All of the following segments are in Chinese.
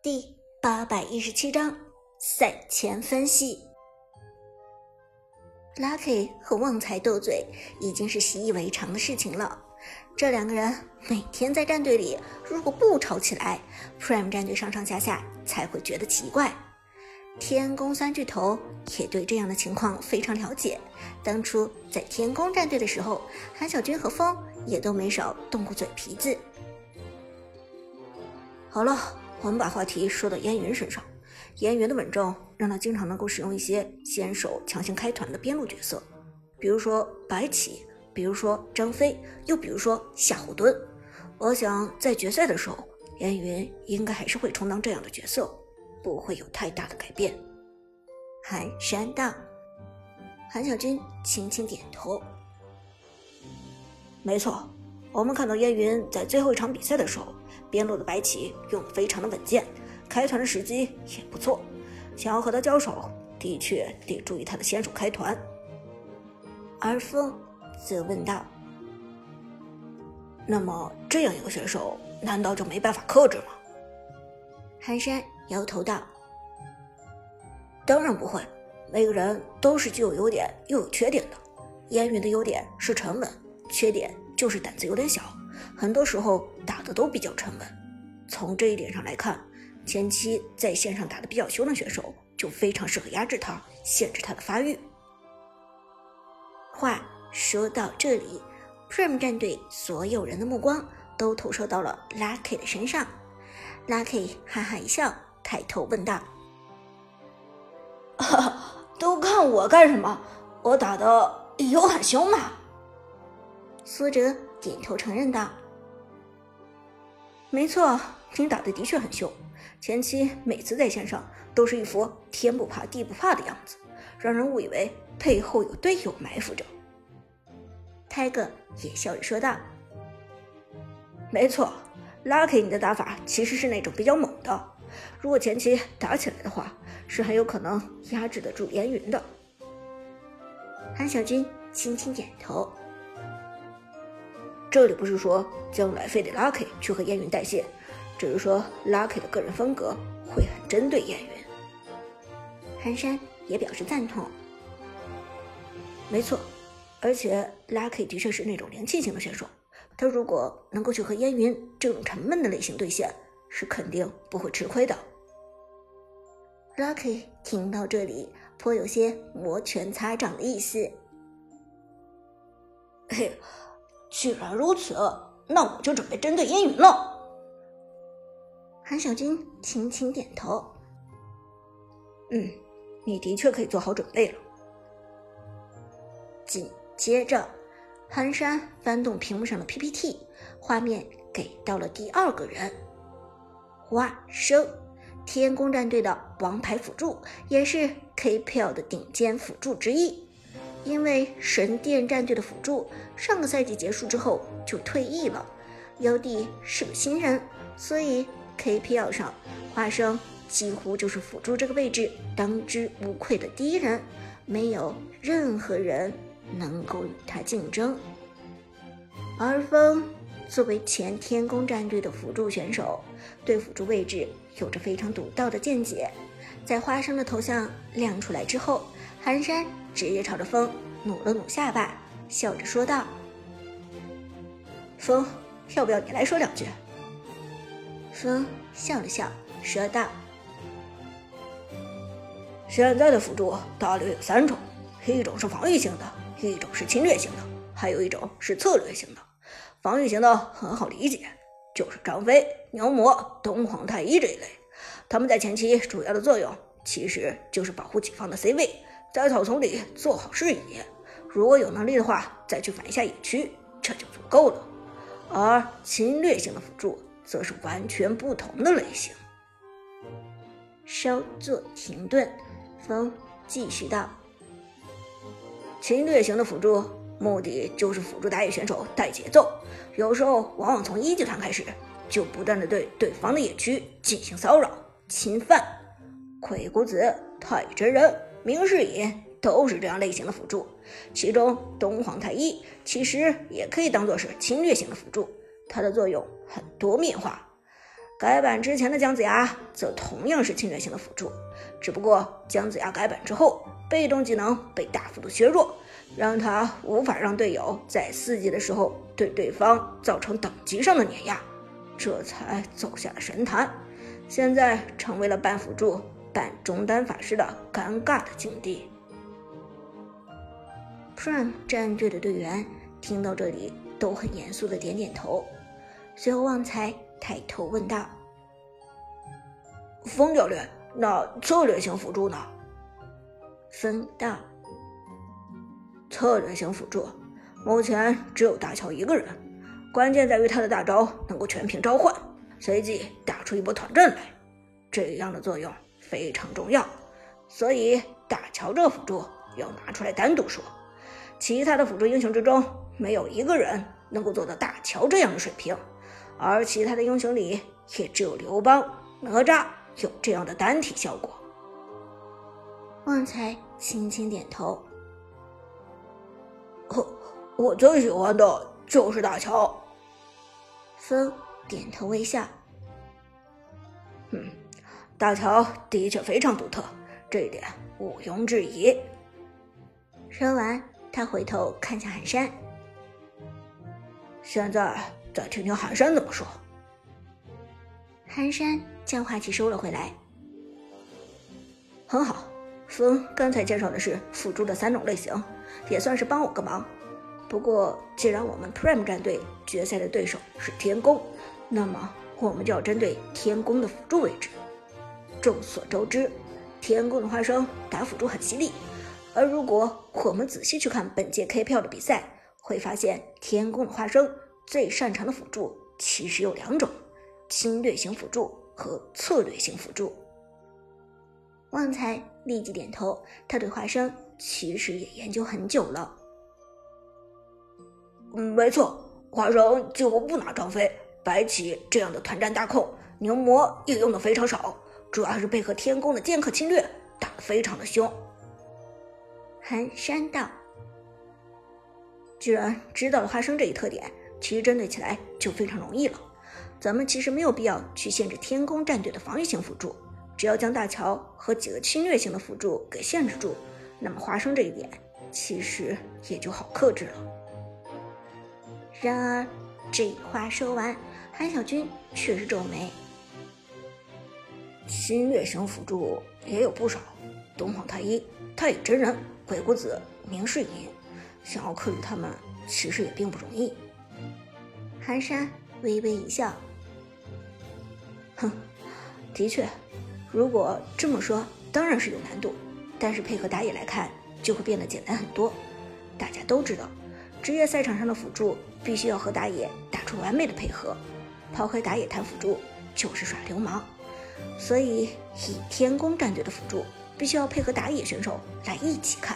第817章赛前分析。Lucky 和旺财斗嘴已经是习以为常的事情了，这两个人每天在战队里如果不吵起来， Prime 战队上上下下才会觉得奇怪。天宫三巨头也对这样的情况非常了解，当初在天宫战队的时候，韩小军和风也都没少动过嘴皮子。好了，我们把话题说到烟云身上。烟云的稳重让他经常能够使用一些先手强行开团的边路角色，比如说白起，比如说张飞，又比如说夏侯惇。我想在决赛的时候，烟云应该还是会充当这样的角色，不会有太大的改变。寒山道。韩小军轻轻点头。没错，我们看到烟云在最后一场比赛的时候，边路的白起用得非常的稳健，开团的时机也不错，想要和他交手，的确得注意他的先手开团。而风则问道：那么这样一个选手，难道就没办法克制吗？寒山摇头道：当然不会，每个人都是既有优点又有缺点的。烟云的优点是沉稳，缺点就是胆子有点小，很多时候打的都比较沉稳。从这一点上来看，前期在线上打得比较凶的选手就非常适合压制他，限制他的发育。话说到这里， Prime 战队所有人的目光都投射到了 Lucky 的身上。 Lucky 哈哈一笑，抬头问道：都看我干什么？我打的有很凶吗？苏哲点头承认道：没错，你打的的确很凶，前期每次在线上都是一副天不怕地不怕的样子，让人误以为背后有队友埋伏着。泰哥也笑着说道：没错， Lucky 你的打法其实是那种比较猛的，如果前期打起来的话，是很有可能压制得住烟云的。韩小军轻轻点头。这里不是说将来非得 Lucky 去和烟云带线，只是说 Lucky 的个人风格会很针对烟云。寒山也表示赞同。没错，而且 Lucky 的确是那种灵气型的选手，他如果能够去和烟云这种沉闷的类型对线，是肯定不会吃亏的。Lucky 听到这里颇有些摩拳擦掌的意思。嘿，既然如此，那我就准备针对烟云了。韩小军轻轻点头。你的确可以做好准备了。紧接着，寒山翻动屏幕上的 PPT， 画面给到了第二个人，花生，天宫战队的王牌辅助，也是 KPL 的顶尖辅助之一。因为神殿战队的辅助上个赛季结束之后就退役了，妖帝是个新人，所以 KPL 上花生几乎就是辅助这个位置当之无愧的第一人，没有任何人能够与他竞争。而风作为前天宫战队的辅助选手，对辅助位置有着非常独到的见解。在花生的头像亮出来之后，寒山直接朝着风努了努下巴，笑着说道：风，要不要你来说两句？风笑了笑说道：现在的辅助大略有3种，一种是防御型的，一种是侵略型的，还有一种是策略型的。防御型的很好理解，就是张飞、牛魔、东皇太一这一类，他们在前期主要的作用其实就是保护己方的 C 位，在草丛里做好视野，如果有能力的话再去反一下野区，这就足够了。而侵略型的辅助则是完全不同的类型。稍作停顿，风继续道：侵略型的辅助目的就是辅助打野选手带节奏，有时候往往从1级团开始就不断的对对方的野区进行骚扰侵犯。鬼谷子、太乙真人、明世隐都是这样类型的辅助，其中东皇太一其实也可以当作是侵略型的辅助，它的作用很多面化。 改版之前的姜子牙则同样是侵略性的辅助，只不过姜子牙改版之后，被动技能被大幅度削弱，让他无法让队友在4级的时候对对方造成等级上的碾压，这才走下了神坛，现在成为了半辅助半中单法师的尴尬的境地。Prime 战队的队员听到这里都很严肃的点点头，随后旺财抬头问道：风教练，那策略型辅助呢？风道：策略型辅助目前只有大乔一个人，关键在于他的大招能够全屏召唤，随即打出一波团战来，这样的作用非常重要，所以大乔这辅助要拿出来单独说。其他的辅助英雄之中，没有一个人能够做到大乔这样的水平，而其他的英雄里也只有刘邦、哪吒有这样的单体效果。旺财轻轻点头，我最喜欢的就是大乔。风点头微笑，大乔的确非常独特，这一点毋庸置疑。说完，他回头看向寒山，现在再听听寒山怎么说。寒山将话题收了回来，很好，风刚才介绍的是辅助的3种类型，也算是帮我个忙。不过既然我们 Prime 战队决赛的对手是天宫，那么我们就要针对天宫的辅助位置。众所周知，天宫的花生打辅助很犀利，而如果我们仔细去看本届 K 票的比赛，会发现天宫的花生最擅长的辅助其实有2种，侵略型辅助和策略型辅助。旺财立即点头，他对花生其实也研究很久了。没错，花生几乎不拿张飞、白起这样的团战大控，牛魔也用的非常少，主要是配合天宫的剑客侵略打得非常的凶。寒山道：既然知道了花生这一特点，其实针对起来就非常容易了。咱们其实没有必要去限制天宫战队的防御型辅助，只要将大乔和几个侵略型的辅助给限制住，那么花生这一点其实也就好克制了。然而这话说完，韩小军却是皱眉。侵略型辅助也有不少，东皇太一、太乙真人、鬼谷子、明世隐，想要克制他们其实也并不容易。寒山微微一笑，的确，如果这么说当然是有难度，但是配合打野来看就会变得简单很多。大家都知道，职业赛场上的辅助必须要和打野打出完美的配合，抛开打野谈辅助就是耍流氓。所以以天宫战队的辅助必须要配合打野选手来一起看。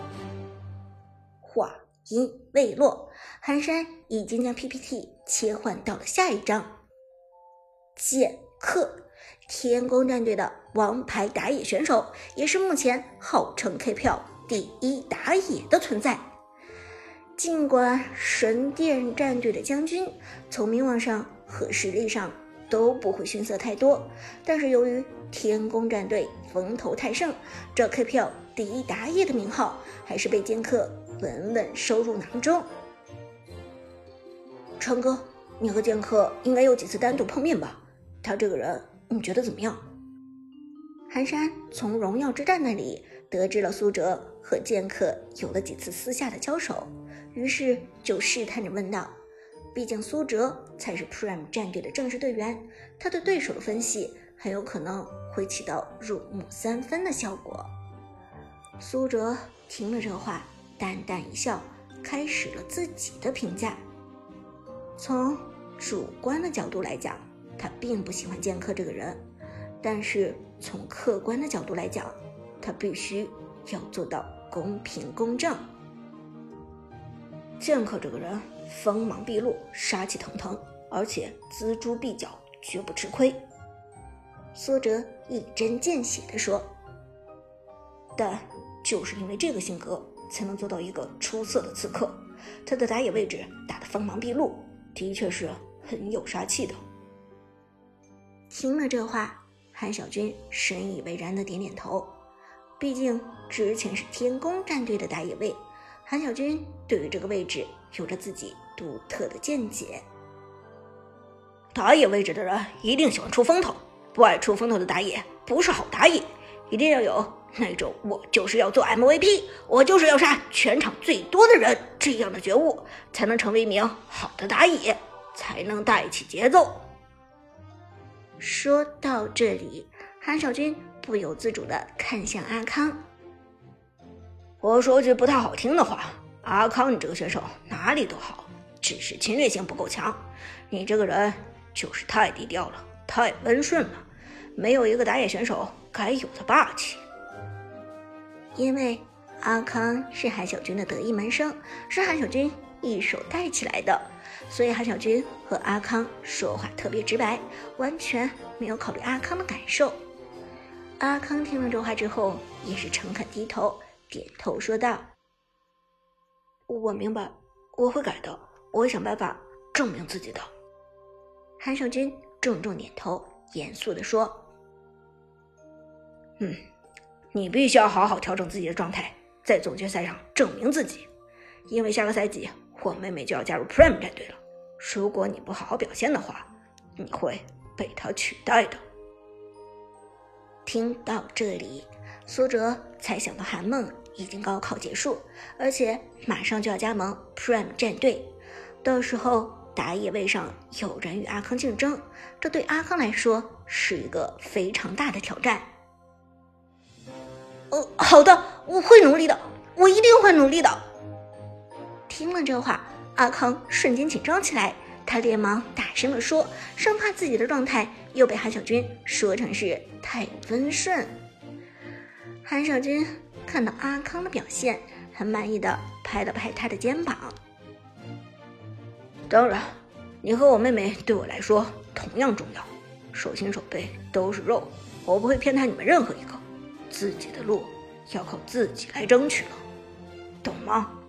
话音未落，寒山已经将 PPT 切换到了下一章。剑客，天宫战队的王牌打野选手，也是目前号称 K 票第1打野的存在。尽管神殿战队的将军从名望上和实力上都不会逊色太多，但是由于天宫战队风头太盛，这 K 票第1打野的名号还是被剑客稳稳收入囊中。川哥，你和剑客应该有几次单独碰面吧？他这个人你觉得怎么样？寒山从荣耀之战那里得知了苏哲和剑客有了几次私下的交手，于是就试探着问道。毕竟苏哲才是 Prime 战队的正式队员，他对对手的分析很有可能会起到入木三分的效果。苏哲听了这话，淡淡一笑，开始了自己的评价。从主观的角度来讲，他并不喜欢剑客这个人，但是从客观的角度来讲，他必须要做到公平公正。剑客这个人锋芒毕露，杀气腾腾，而且锱铢必较，绝不吃亏。苏哲一针见血地说，但就是因为这个性格，才能做到一个出色的刺客。他的打野位置打得锋芒毕露，的确是很有杀气的。 听了这话，韩小军深以为然的点点头。毕竟之前是天宫战队的打野位，韩小军对于这个位置有着自己独特的见解。 打野位置的人一定喜欢出风头，不爱出风头的打野不是好打野，一定要有那种我就是要做 MVP， 我就是要杀全场最多的人这样的觉悟，才能成为一名好的打野，才能带起节奏。 说到这里，韩小军不由自主地看向阿康。 我说句不太好听的话，阿康你这个选手哪里都好，只是侵略性不够强，你这个人就是太低调了，太温顺了，没有一个打野选手该有的霸气。 因为阿康是韩小军的得意门生，是韩小军一手带起来的，所以韩小军和阿康说话特别直白，完全没有考虑阿康的感受。阿康听了这话之后也是诚恳低头，点头说道： 我明白，我会改的，我会想办法证明自己的。 韩小军重重点头，严肃地说： 你必须要好好调整自己的状态，在总决赛上证明自己，因为下个赛季我妹妹就要加入 Prime 战队了，如果你不好好表现的话，你会被她取代的。 听到这里，苏哲才想到韩梦已经高考结束，而且马上就要加盟 Prime 战队，到时候打野位上有人与阿康竞争，这对阿康来说是一个非常大的挑战。 好的，我会努力的，我一定会努力的。 听了这话，阿康瞬间紧张起来，他连忙大声地说，生怕自己的状态又被韩小军说成是太温顺。韩小军看到阿康的表现，很满意的拍了拍他的肩膀。 当然，你和我妹妹对我来说同样重要，手心手背都是肉，我不会偏袒你们任何一个，自己的路要靠自己来争取了，懂吗？